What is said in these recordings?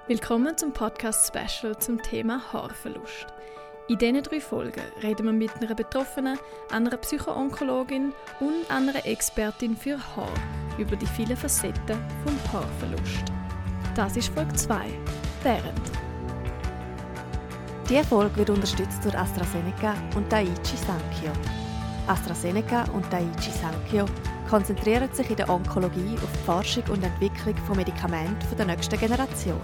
Willkommen zum Podcast-Special zum Thema Haarverlust. In diesen 3 Folgen reden wir mit einer Betroffenen, einer Psychoonkologin und einer Expertin für Haar über die vielen Facetten vom Haarverlust. Das ist Folge 2, während. Diese Folge wird unterstützt durch AstraZeneca und Daiichi Sankyo. AstraZeneca und Daiichi Sankyo konzentrieren sich in der Onkologie auf die Forschung und Entwicklung von Medikamenten der nächsten Generation.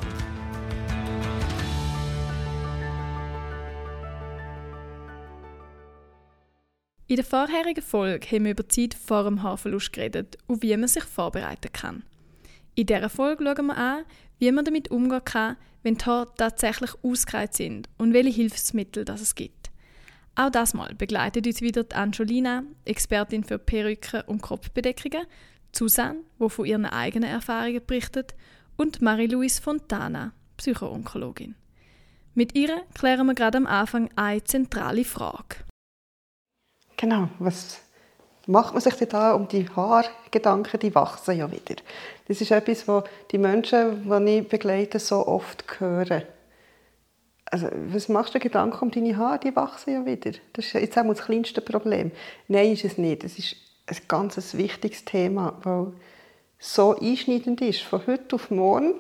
In der vorherigen Folge haben wir über die Zeit vor dem Haarverlust geredet und wie man sich vorbereiten kann. In dieser Folge schauen wir an, wie man damit umgehen kann, wenn die Haare tatsächlich ausgereizt sind und welche Hilfsmittel es gibt. Auch das Mal begleitet uns wieder die Angelina, Expertin für Perücken und Kopfbedeckungen, Susanne, die von ihren eigenen Erfahrungen berichtet, und Marie-Louise Fontana, Psychoonkologin. Mit ihr klären wir gerade am Anfang eine zentrale Frage. Genau, was macht man sich denn da um die Haargedanken, die wachsen ja wieder. Das ist etwas, was die Menschen, die ich begleite, so oft hören. Also, was machst du dir Gedanken um deine Haare? Die wachsen ja wieder. Das ist jetzt auch das kleinste Problem. Nein, ist es nicht. Es ist ein ganz wichtiges Thema, weil so einschneidend ist. Von heute auf morgen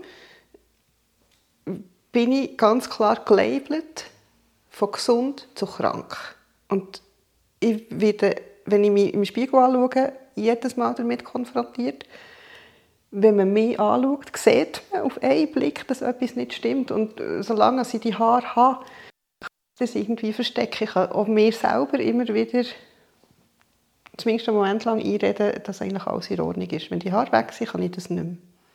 bin ich ganz klar gelabelt, von gesund zu krank. Und ich werde, wenn ich mich im Spiegel anschaue, jedes Mal damit konfrontiert. Wenn man mich anschaut, sieht man auf einen Blick, dass etwas nicht stimmt. Und solange ich die Haare habe, kann ich das irgendwie verstecken. Ich kann auch mir selber immer wieder, zumindest einen Moment lang, einreden, dass eigentlich alles in Ordnung ist. Wenn die Haare weg sind, kann ich das nicht mehr.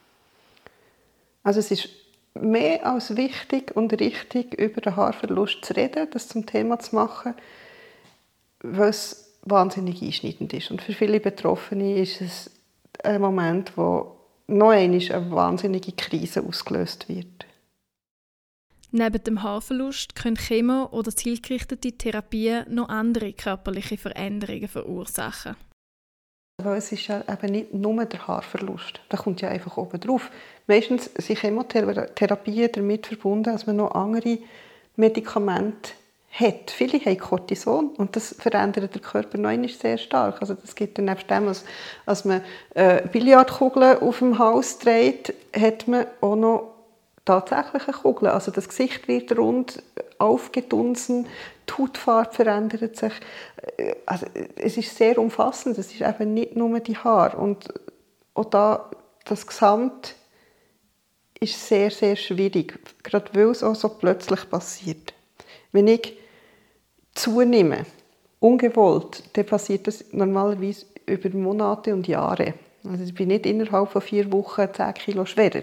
Also es ist mehr als wichtig und richtig, über den Haarverlust zu reden, das zum Thema zu machen, weil es wahnsinnig einschneidend ist. Und für viele Betroffene ist es ein Moment, wo noch einmal eine wahnsinnige Krise ausgelöst wird. Neben dem Haarverlust können Chemo- oder zielgerichtete Therapien noch andere körperliche Veränderungen verursachen. Weil es ist ja eben nicht nur der Haarverlust. Der kommt ja einfach oben drauf. Meistens sind Chemotherapien damit verbunden, dass man noch andere Medikamente hat. Viele haben Cortison und das verändert den Körper noch einmal sehr stark. Also das gibt dann nebst dem, als man Billardkugeln auf dem Hals trägt, hat man auch noch tatsächliche Kugeln. Also das Gesicht wird rund, aufgedunsen, die Hautfarbe verändert sich. Also es ist sehr umfassend. Es ist eben nicht nur die Haare. Und auch da, das Gesamt ist sehr, sehr schwierig. Gerade weil es auch so plötzlich passiert. Wenn ich zunehme, ungewollt, dann passiert das normalerweise über Monate und Jahre. Also ich bin nicht innerhalb von 4 Wochen 10 Kilo schwerer.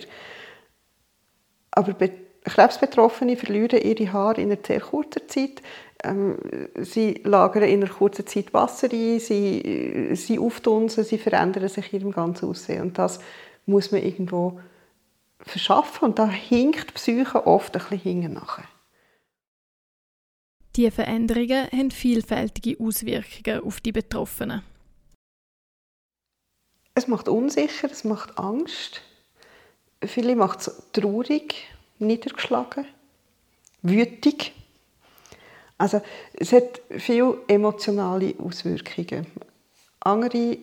Aber Krebsbetroffene verlieren ihre Haare in einer sehr kurzen Zeit. Sie lagern in einer kurzen Zeit Wasser ein, sie aufdunsen, sie verändern sich in ihrem ganzen Aussehen. Und das muss man irgendwo verschaffen. Und da hinkt die Psyche oft ein bisschen hinten nachher. Diese Veränderungen haben vielfältige Auswirkungen auf die Betroffenen. Es macht unsicher, es macht Angst. Viele macht es traurig, niedergeschlagen, wütig. Also es hat viele emotionale Auswirkungen. Andere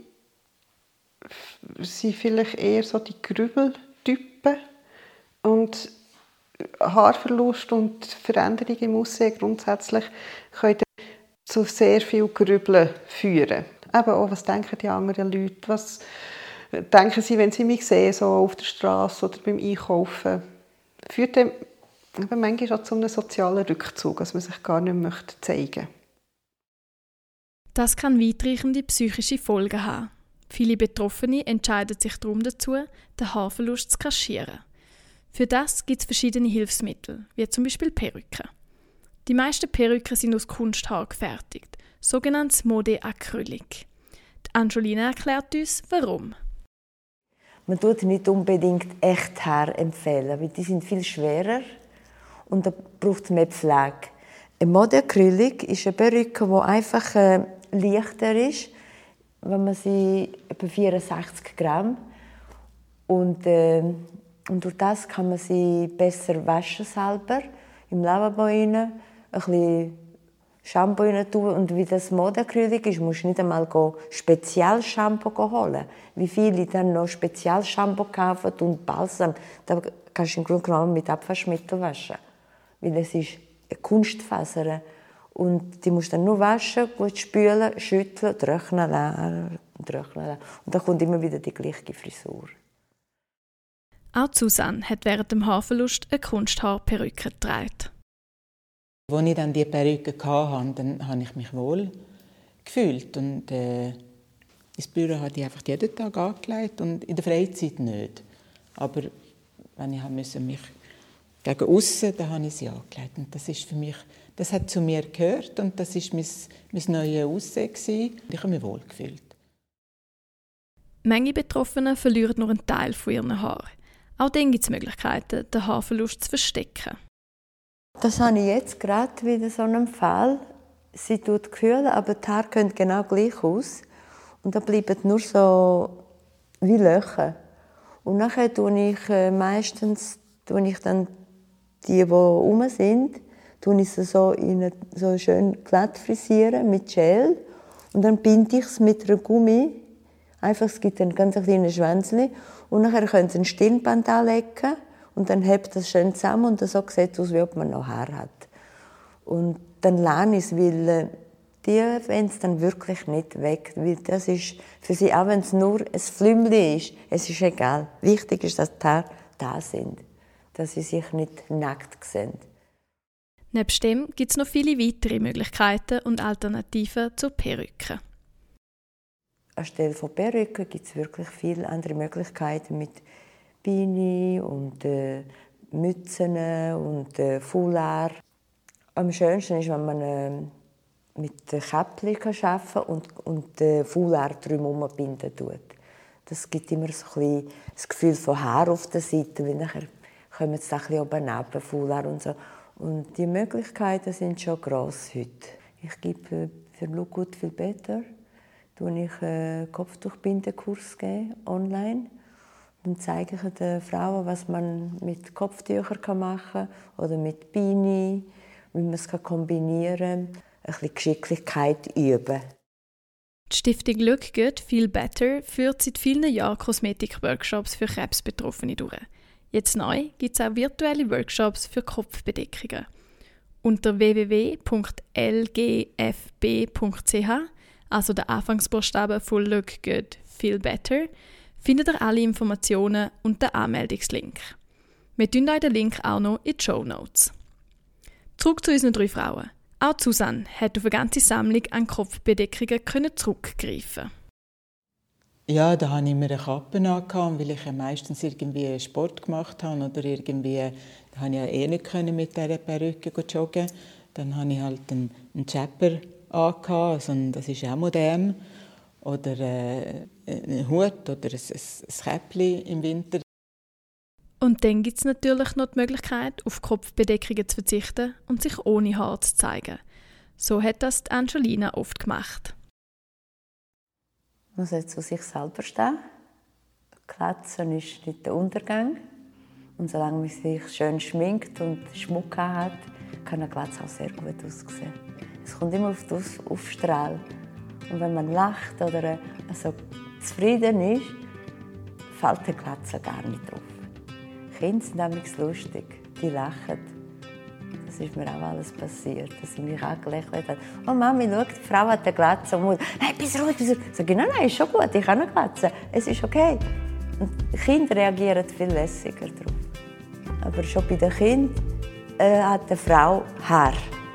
sind vielleicht eher so die Grübeltypen und Haarverlust und Veränderungen im Aussehen grundsätzlich können zu sehr viel Grübeln führen. Eben auch, was denken die anderen Leute, was denken sie, wenn sie mich sehen, so auf der Straße oder beim Einkaufen. Führt dann manchmal auch zu einem sozialen Rückzug, dass man sich gar nicht mehr zeigen möchte. Das kann weitreichende psychische Folgen haben. Viele Betroffene entscheiden sich darum dazu, den Haarverlust zu kaschieren. Für das gibt es verschiedene Hilfsmittel, wie zum Beispiel Perücken. Die meisten Perücken sind aus Kunsthaar gefertigt, sogenanntes Mode Acrylic. Die Angelina erklärt uns, warum. Man tut nicht unbedingt Echthaar empfehlen, weil die sind viel schwerer und da braucht es mehr Pflege. Ein Mode Acrylic ist eine Perücke, die einfach leichter ist, wenn man sie etwa 64 Gramm und Und durch das kann man sie besser waschen selber, im Lavabo rein, ein bisschen Shampoo rein tun. Und wie das Modeacrylic ist, musst du nicht einmal Spezialshampoo holen. Wie viele dann noch Spezialshampoo kaufen und Balsam, da kannst du im Grunde genommen mit Abwaschmittel waschen. Weil es ist eine Kunstfaser. Und die musst du dann nur waschen, gut spülen, schütteln, trocknen lassen. Und dann kommt immer wieder die gleiche Frisur. Auch Susanne hat während dem Haarverlust eine Kunsthaarperücke getragen. Als ich dann die Perücke hatte, dann habe ich mich wohl gefühlt. Und ins Büro habe ich einfach jeden Tag angelegt und in der Freizeit nicht. Aber wenn ich mich gegen aussen, dann habe ich sie angelegt. Und das ist für mich, das hat zu mir gehört und das war mein neues Aussehen. Und ich habe mich wohl gefühlt. Manche Betroffene verlieren nur einen Teil von ihren Haaren. Auch dann gibt es Möglichkeiten, den Haarverlust zu verstecken. Das habe ich jetzt gerade wieder so einen Fall. Sie tut kühlen, aber die Haare gehen genau gleich aus. Und da bleiben nur so wie Löcher. Und nachher tue ich meistens dann die rum sind, tue ich sie so schön glatt frisieren mit Gel. Und dann binde ich es mit einem Gummi. Einfach, es gibt ein ganz kleines Schwänzchen. Und nachher können Sie ein Stirnband anlegen. Und dann hebt das schön zusammen und so sieht es aus, wie ob man noch Haar hat. Und dann lerne ich es, weil die wollen es dann wirklich nicht weg. Weil das ist für sie, auch wenn es nur ein Flümchen ist, es ist egal. Wichtig ist, dass die Haare da sind, dass sie sich nicht nackt sehen. Neben dem gibt es noch viele weitere Möglichkeiten und Alternativen zur Perücke. Anstelle von Perücke gibt es wirklich viele andere Möglichkeiten mit Beanie und Mützen und Foulard. Am schönsten ist, wenn man mit Käppchen arbeiten kann und Foulard drumherum binden tut. Das gibt immer so ein bisschen das Gefühl von Haar auf der Seite, weil nachher kommen sie ein bisschen oben runter, Foulard und so. Und die Möglichkeiten sind schon gross heute. Ich gebe für Look Good Feel Better einen Kopftuchbindenkurs online. Dann zeige ich den Frauen, was man mit Kopftüchern machen kann oder mit Beanie, wie man es kombinieren kann. Ein bisschen Geschicklichkeit üben. Die Stiftung Look Good Feel Better führt seit vielen Jahren Kosmetik-Workshops für Krebsbetroffene durch. Jetzt neu gibt es auch virtuelle Workshops für Kopfbedeckungen. Unter www.lgfb.ch, also der Anfangsbuchstaben von Look Good Feel Better, findet ihr alle Informationen und den Anmeldungslink. Wir tun euch den Link auch noch in die Shownotes. Zurück zu unseren 3 Frauen. Auch Susanne hat auf eine ganze Sammlung an Kopfbedeckungen zurückgreifen. Ja, da hatte ich mir eine Kappe an, weil ich ja meistens irgendwie Sport gemacht habe oder irgendwie, da konnte ich ja nicht mit dieser Perücke joggen. Dann hatte ich halt einen Chapper an, also das ist auch modern. Oder einen Hut oder ein Käppchen im Winter. Und dann gibt es natürlich noch die Möglichkeit, auf Kopfbedeckungen zu verzichten und sich ohne Haar zu zeigen. So hat das die Angelina oft gemacht. Man muss zu sich selber stehen. Glatzen ist nicht der Untergang. Und solange man sich schön schminkt und Schmuck hat, kann eine Glatze auch sehr gut aussehen. Es kommt immer auf den Aufstrahl. Und wenn man lacht oder also zufrieden ist, fällt die Glatze gar nicht auf. Kinder sind nämlich lustig, die lachen. Das ist mir auch alles passiert, dass sie mich angelächelt hat. «Oh Mami, schau, die Frau hat eine Glatze.» Und Mutter, «Nein, bist ruhig, bist ruhig.» Sag ich, «Nein, ist schon gut, ich habe eine Glatze, es ist okay.» Und die Kinder reagieren viel lässiger darauf. Aber schon bei den Kindern hat eine Frau Haar.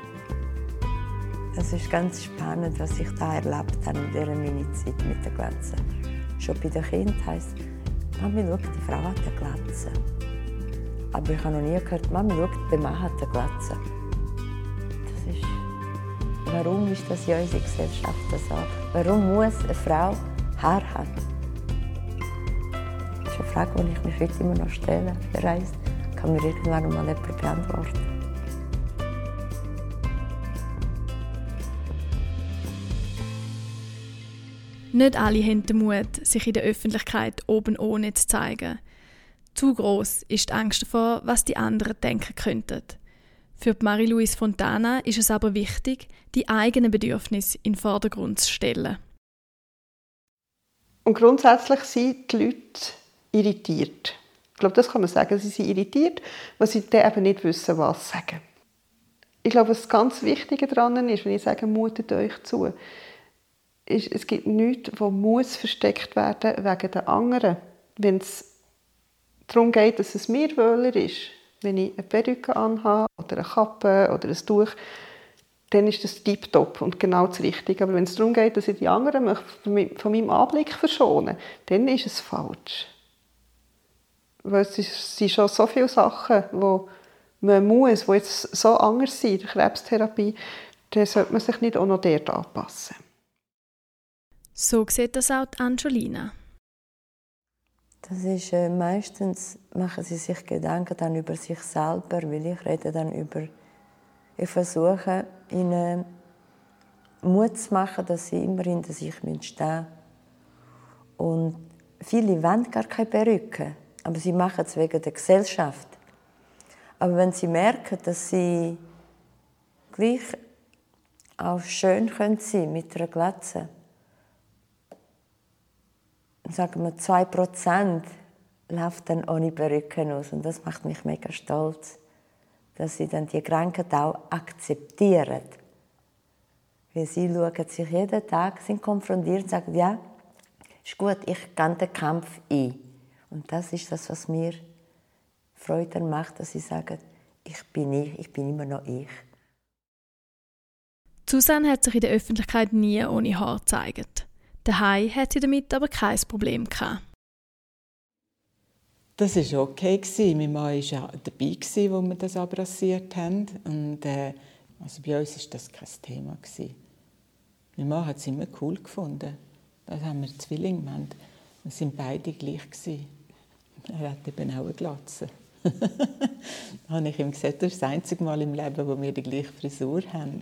Das ist ganz spannend, was ich da erlebt habe in dieser Mini-Zeit mit der Glatze. Schon bei den Kindern heisst es, «Mami, schau, die Frau hat eine Glatze.» Aber ich habe noch nie gehört, «Mami, schau, der Mann hat eine Glatze.» Warum ist das in unserer Gesellschaft so? Warum muss eine Frau Haar haben? Das ist eine Frage, die ich mich heute immer noch stelle. Wer weiss, kann mir irgendwann mal jemand beantworten. Nicht alle haben den Mut, sich in der Öffentlichkeit oben ohne zu zeigen. Zu gross ist die Angst davor, was die anderen denken könnten. Für Marie-Louise Fontana ist es aber wichtig, die eigenen Bedürfnisse in den Vordergrund zu stellen. Und grundsätzlich sind die Leute irritiert. Ich glaube, das kann man sagen. Sie sind irritiert, weil sie dann eben nicht wissen, was sagen. Ich glaube, was ganz Wichtige daran ist, wenn ich sage, mutet euch zu, ist, es gibt nichts, das muss versteckt werden wegen den anderen. Wenn es darum geht, dass es mir wohler ist, wenn ich eine Perücke anhabe oder eine Kappe oder ein Tuch, dann ist das tiptop und genau das Richtige. Aber wenn es darum geht, dass ich die anderen von meinem Anblick verschone, dann ist es falsch. Weil es sind schon so viele Sachen, die man muss, die jetzt so anders sind in der Krebstherapie, dann sollte man sich nicht auch noch dort anpassen. So sieht das auch Angelina. Das ist meistens machen sie sich Gedanken dann über sich selber, weil ich rede dann über. Ich versuche ihnen Mut zu machen, dass sie immer hinter sich stehen müssen. Und viele wollen gar keine Perücke, aber sie machen es wegen der Gesellschaft. Aber wenn sie merken, dass sie gleich auch schön sein können mit einer Glatze, sagen wir 2% läuft dann ohne Perücke aus. Und das macht mich mega stolz, dass sie dann die Krankheit auch akzeptieren. Weil sie schauen sich jeden Tag, sind konfrontiert und sagen, ja, ist gut, ich gehe den Kampf ein. Und das ist das, was mir Freude macht, dass sie sagen, ich bin immer noch ich. Susanne hat sich in der Öffentlichkeit nie ohne Haar gezeigt. Daheim hat sie damit aber kein Problem gehabt. Das war okay. Mein Mann war ja dabei, als wir das abrasiert haben. Und, also bei uns war das kein Thema. Mein Mann hat es immer cool gefunden. Das haben wir Zwillinge. Wir waren beide gleich. Er hat eben auch eine Glatze. Da habe ich ihm gesagt, das ist das einzige Mal im Leben, wo wir die gleiche Frisur haben.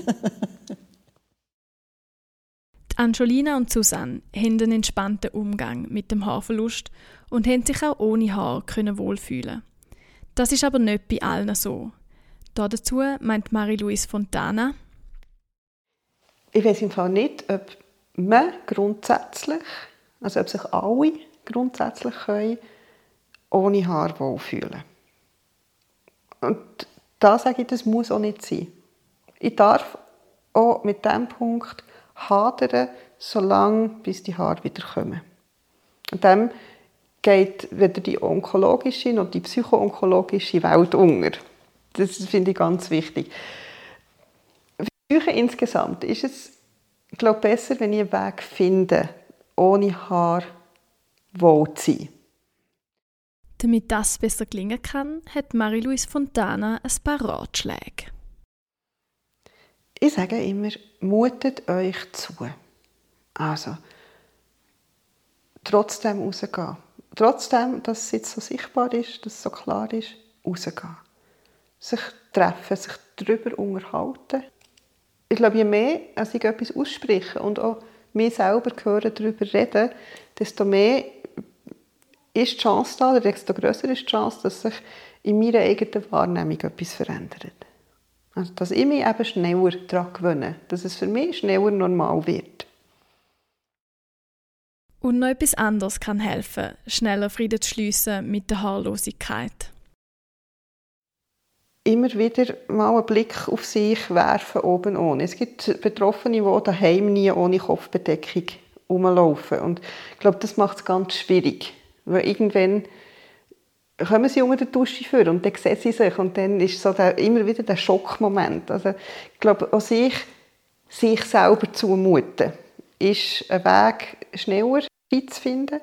Angelina und Susanne haben einen entspannten Umgang mit dem Haarverlust und haben sich auch ohne Haar wohlfühlen. Das ist aber nicht bei allen so. Dazu meint Marie-Louise Fontana: Ich weiß im Fall nicht, ob man grundsätzlich, also ob sich alle grundsätzlich können, ohne Haar wohlfühlen. Und da sage ich, das muss auch nicht sein. Ich darf auch mit diesem Punkt hadern, solange bis die Haare wieder kommen. Und dann geht weder die onkologische noch die psychoonkologische Welt unter. Das finde ich ganz wichtig. Für die Psyche insgesamt ist es, ich glaube, besser, wenn ich einen Weg finde, ohne Haar wohl zu sein. Damit das besser gelingen kann, hat Marie-Louise Fontana ein paar Ratschläge. Ich sage immer, mutet euch zu. Also, trotzdem rausgehen. Trotzdem, dass es jetzt so sichtbar ist, dass es so klar ist, rausgehen. Sich treffen, sich darüber unterhalten. Ich glaube, je mehr als ich etwas ausspreche und auch mir selber hören, darüber reden, desto mehr ist die Chance da, oder desto grösser ist die Chance, dass sich in meiner eigenen Wahrnehmung etwas verändert. Also, dass ich mich eben schneller daran gewöhne, dass es für mich schneller normal wird. Und noch etwas anderes kann helfen, schneller Frieden zu schliessen mit der Haarlosigkeit. Immer wieder mal einen Blick auf sich werfen, oben ohne. Es gibt Betroffene, die daheim nie ohne Kopfbedeckung rumlaufen. Und ich glaube, das macht es ganz schwierig. Weil irgendwann kommen sie unter der Dusche vor und dann sehen sie sich. Und dann ist so immer wieder der Schockmoment. Also, ich glaube, auch sich selber zumuten, ist ein Weg, schneller zu finden.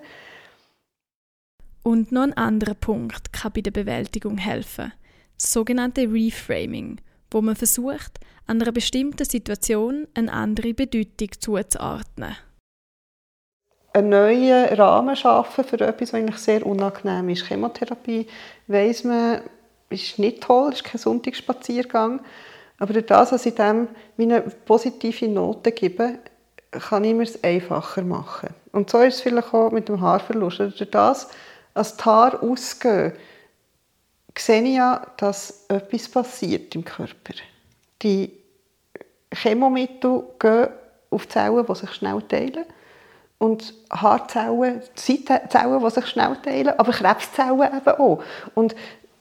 Und noch ein anderer Punkt kann bei der Bewältigung helfen. Das sogenannte Reframing, wo man versucht, an einer bestimmten Situation eine andere Bedeutung zuzuordnen. Einen neuen Rahmen schaffen für etwas, was eigentlich sehr unangenehm ist. Chemotherapie, weiss man, ist nicht toll, ist kein Sonntagsspaziergang. Aber durch das, dass ich dem wie eine positive Note gebe, kann ich mir es einfacher machen. Und so ist es vielleicht auch mit dem Haarverlust. Durch das als die Haare ausgehen, sehe ich ja, dass etwas passiert im Körper. Die Chemomittel gehen auf Zellen, die sich schnell teilen. Und Haarzellen sind Zellen, die sich schnell teilen, aber Krebszellen eben auch. Und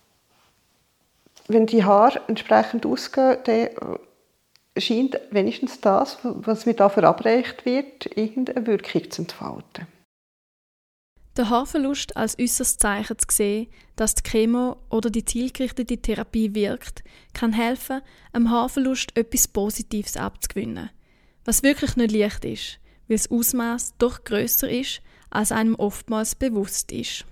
wenn die Haare entsprechend ausgehen, dann scheint wenigstens das, was mir da verabreicht wird, irgendeine Wirkung zu entfalten. Der Haarverlust als äußerstes Zeichen zu sehen, dass die Chemo oder die zielgerichtete Therapie wirkt, kann helfen, am Haarverlust etwas Positives abzugewinnen. Was wirklich nicht leicht ist, weil das Ausmaß doch grösser ist, als einem oftmals bewusst ist.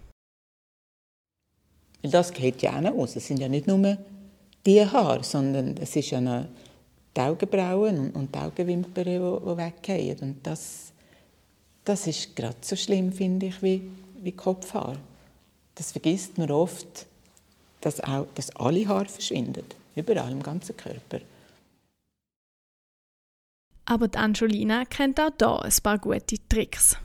Weil das geht ja auch noch aus. Es sind ja nicht nur die Haare, sondern es ist ja noch die Augenbrauen und die Augenwimpern, die weggehen. Und das ist gerade so schlimm, finde ich, wie Kopfhaar. Das vergisst man oft, dass alle Haare verschwinden. Überall im ganzen Körper. Aber die Angelina kennt auch hier ein paar gute Tricks.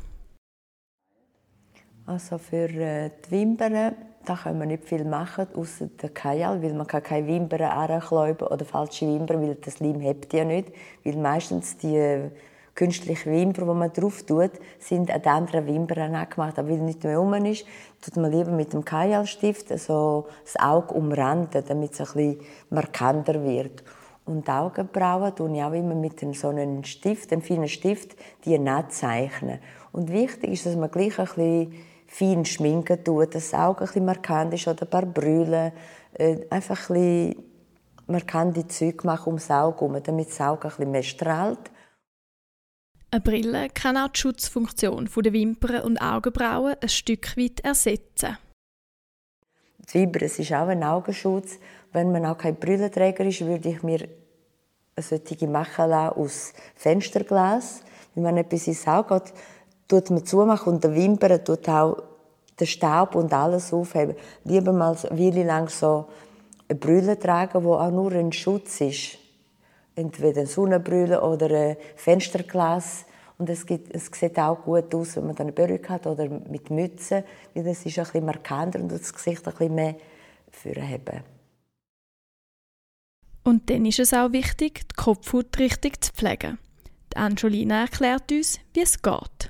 Also für die Wimpern, da können wir nicht viel machen, außer der Kajal, weil man keine Wimpern ankläuben oder falsche Wimpern, weil das Leim hebt ja nicht. Weil meistens die künstlichen Wimpern, die man drauf tut, sind an den anderen Wimpern angemacht. Aber weil nicht mehr rum ist, tut man lieber mit dem Kajalstift so das Auge umranden, damit es ein bisschen markanter wird. Und die Augenbrauen tue ich auch immer mit so einem Stift, einem feinen Stift, die nachzeichnen. Und wichtig ist, dass man gleich ein bisschen fein schminken tut, dass das Auge ein bisschen markant ist oder ein paar Brüllen. Einfach ein bisschen markante Zeug machen ums Auge herum, damit das Auge ein bisschen mehr strahlt. Eine Brille kann auch die Schutzfunktion der Wimpern und Augenbrauen ein Stück weit ersetzen. Die Wimpern ist auch ein Augenschutz. Wenn man auch kein Brillenträger ist, würde ich mir eine solche machen lassen aus Fensterglas. Wenn man etwas ins Auge hat, tut man zumachen und der Wimpern tut auch den Staub und alles aufheben. Lieber mal eine Weile lang so eine Brille tragen, die auch nur ein Schutz ist. Entweder eine Sonnenbrille oder ein Fensterglas. Und es sieht auch gut aus, wenn man dann eine Perücke hat oder mit Mütze, weil das ist ein bisschen markanter und das Gesicht ein bisschen mehr vorheben. Und dann ist es auch wichtig, die Kopfhaut richtig zu pflegen. Die Angelina erklärt uns, wie es geht.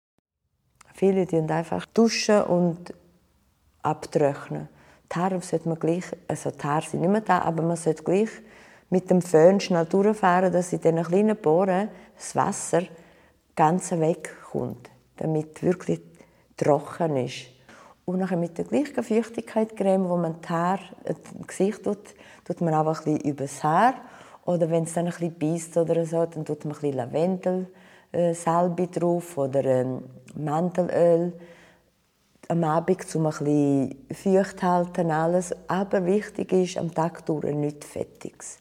Viele duschen einfach duschen und abtrocknen. Die Haare sollte man gleich, also die Haare sind nicht mehr da, aber man sollte gleich mit dem Föhn schnell durchfahren, dass in diesen kleinen Poren das Wasser ganz wegkommt, damit es wirklich trocken ist. Und nachher mit der gleichen Feuchtigkeitscreme, wo man die Haare, das Gesicht tut man auch ein bisschen übers Haar. Oder wenn es dann ein bisschen beisst oder so, dann tut man ein bisschen Lavendelsalbe drauf oder Mandelöl am Abend, um ein bisschen feucht zu halten, alles. Aber wichtig ist, am Tag durch nichts Fettiges.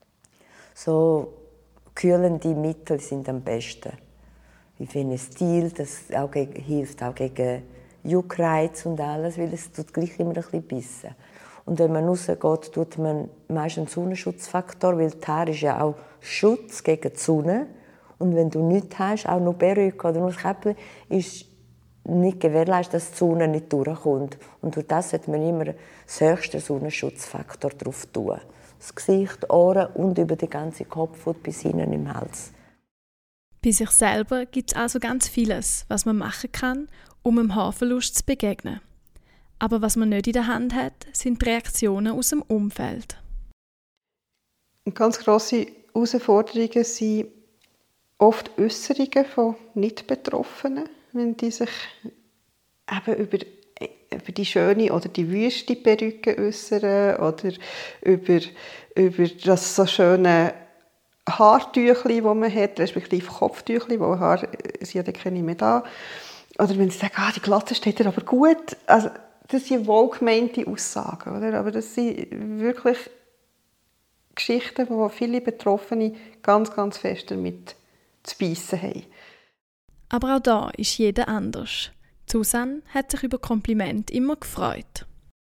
So kühlende Mittel sind am besten. Wie Phenestil, das hilft auch gegen Juckreiz und alles, weil es tut gleich immer ein bisschen bissen. Und wenn man rausgeht, tut man meistens Sonnenschutzfaktor, weil die Haare ist ja auch Schutz gegen die Sonne. Und wenn du nichts hast, auch nur Perücke oder nur das Käppchen, ist nicht gewährleistet, dass die Sonne nicht durchkommt. Und durch das sollte man immer das höchste Sonnenschutzfaktor drauf tun. Das Gesicht, die Ohren und über den ganzen Kopfhaut bis hinten im Hals. Bei sich selber gibt es also ganz vieles, was man machen kann, um dem Haarverlust zu begegnen. Aber was man nicht in der Hand hat, sind die Reaktionen aus dem Umfeld. Und ganz grosse Herausforderungen sind oft Äußerungen von Nicht-Betroffenen, wenn die sich eben über die schöne oder die wüste Perücke äußern oder über das so schöne Haartüchli, das man hat, respektive Kopftüchli, wo Haare sind ja keine mehr da. Oder wenn sie sagen, die Glatze steht dir aber gut. Also, das sind wohlgemeinte Aussagen, oder? Aber das sind wirklich Geschichten, wo viele Betroffene ganz, ganz fest damit zu beißen haben. Aber auch da ist jeder anders. Susanne hat sich über Komplimente immer gefreut.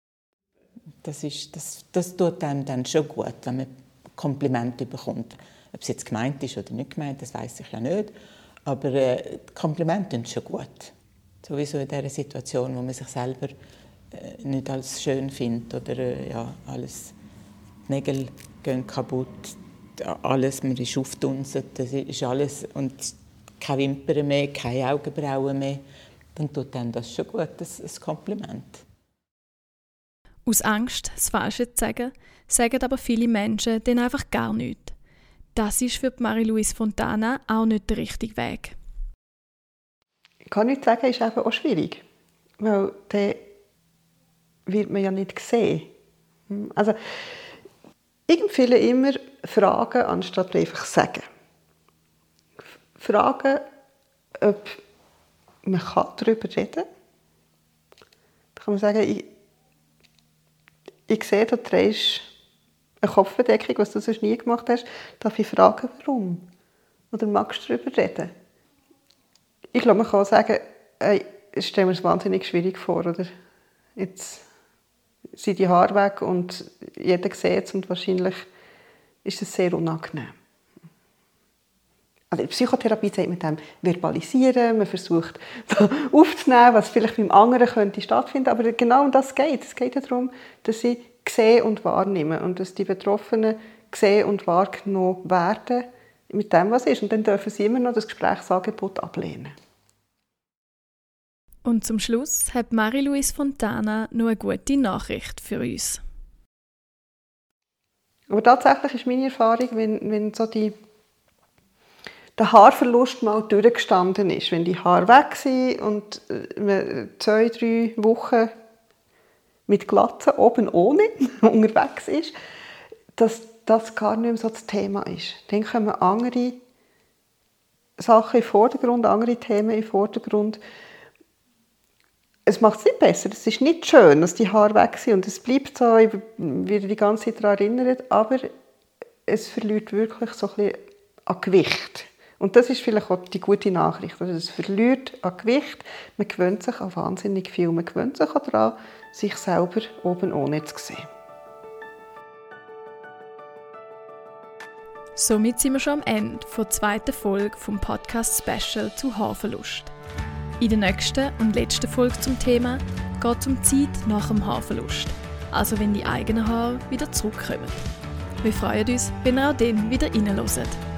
Das tut einem dann schon gut, wenn man Komplimente bekommt. Ob es jetzt gemeint ist oder nicht gemeint, das weiss ich ja nicht. Aber Komplimente sind schon gut. Sowieso in dieser Situation, wo man sich selber nicht als schön findet oder alles, die Nägel gehen kaputt, alles, man ist aufgedunsen, das ist alles und keine Wimpern mehr, keine Augenbrauen mehr, dann tut einem das schon gut, ein Kompliment. Aus Angst, das Falsche zu sagen aber viele Menschen dann einfach gar nichts. Das ist für Marie-Louise Fontana auch nicht der richtige Weg. Ich kann nicht sagen, ist eben auch schwierig, weil dann wird man ja nicht gesehen. Also, ich empfehle immer fragen, anstatt einfach sagen. Fragen, ob man darüber reden kann. Da kann man sagen, ich sehe, du trägst eine Kopfbedeckung, was du sonst nie gemacht hast. Darf ich fragen, warum? Oder magst du darüber reden? Ich glaube, man kann sagen, ich stelle mir das wahnsinnig schwierig vor. Oder? Jetzt sind die Haare weg und jeder sieht es und wahrscheinlich ist es sehr unangenehm. Also in der Psychotherapie sagt man dem verbalisieren, man versucht aufzunehmen, was vielleicht beim anderen könnte stattfinden, aber genau um das geht. Es geht ja darum, dass sie sehen und wahrnehmen und dass die Betroffenen gesehen und wahrgenommen werden mit dem, was ist. Und dann dürfen sie immer noch das Gesprächsangebot ablehnen. Und zum Schluss hat Marie-Louise Fontana noch eine gute Nachricht für uns. Aber tatsächlich ist meine Erfahrung, wenn so der Haarverlust mal durchgestanden ist, wenn die Haare weg sind und man 2-3 Wochen mit Glatze oben ohne unterwegs ist, dass das gar nicht mehr so das Thema ist. Dann kommen andere Sachen in den Vordergrund, andere Themen in den Vordergrund. Es macht es nicht besser. Es ist nicht schön, dass die Haare weg sind und es bleibt so, ich werde die ganze Zeit daran erinnert, aber es verliert wirklich so ein bisschen an Gewicht. Und das ist vielleicht auch die gute Nachricht. Also es verliert an Gewicht, man gewöhnt sich an wahnsinnig viel. Man gewöhnt sich auch daran, sich selber oben ohne zu sehen. Somit sind wir schon am Ende der 2. Folge vom Podcast-Special zu Haarverlust. In der nächsten und letzten Folge zum Thema geht es um die Zeit nach dem Haarverlust, also wenn die eigenen Haare wieder zurückkommen. Wir freuen uns, wenn ihr auch dann wieder reinhört.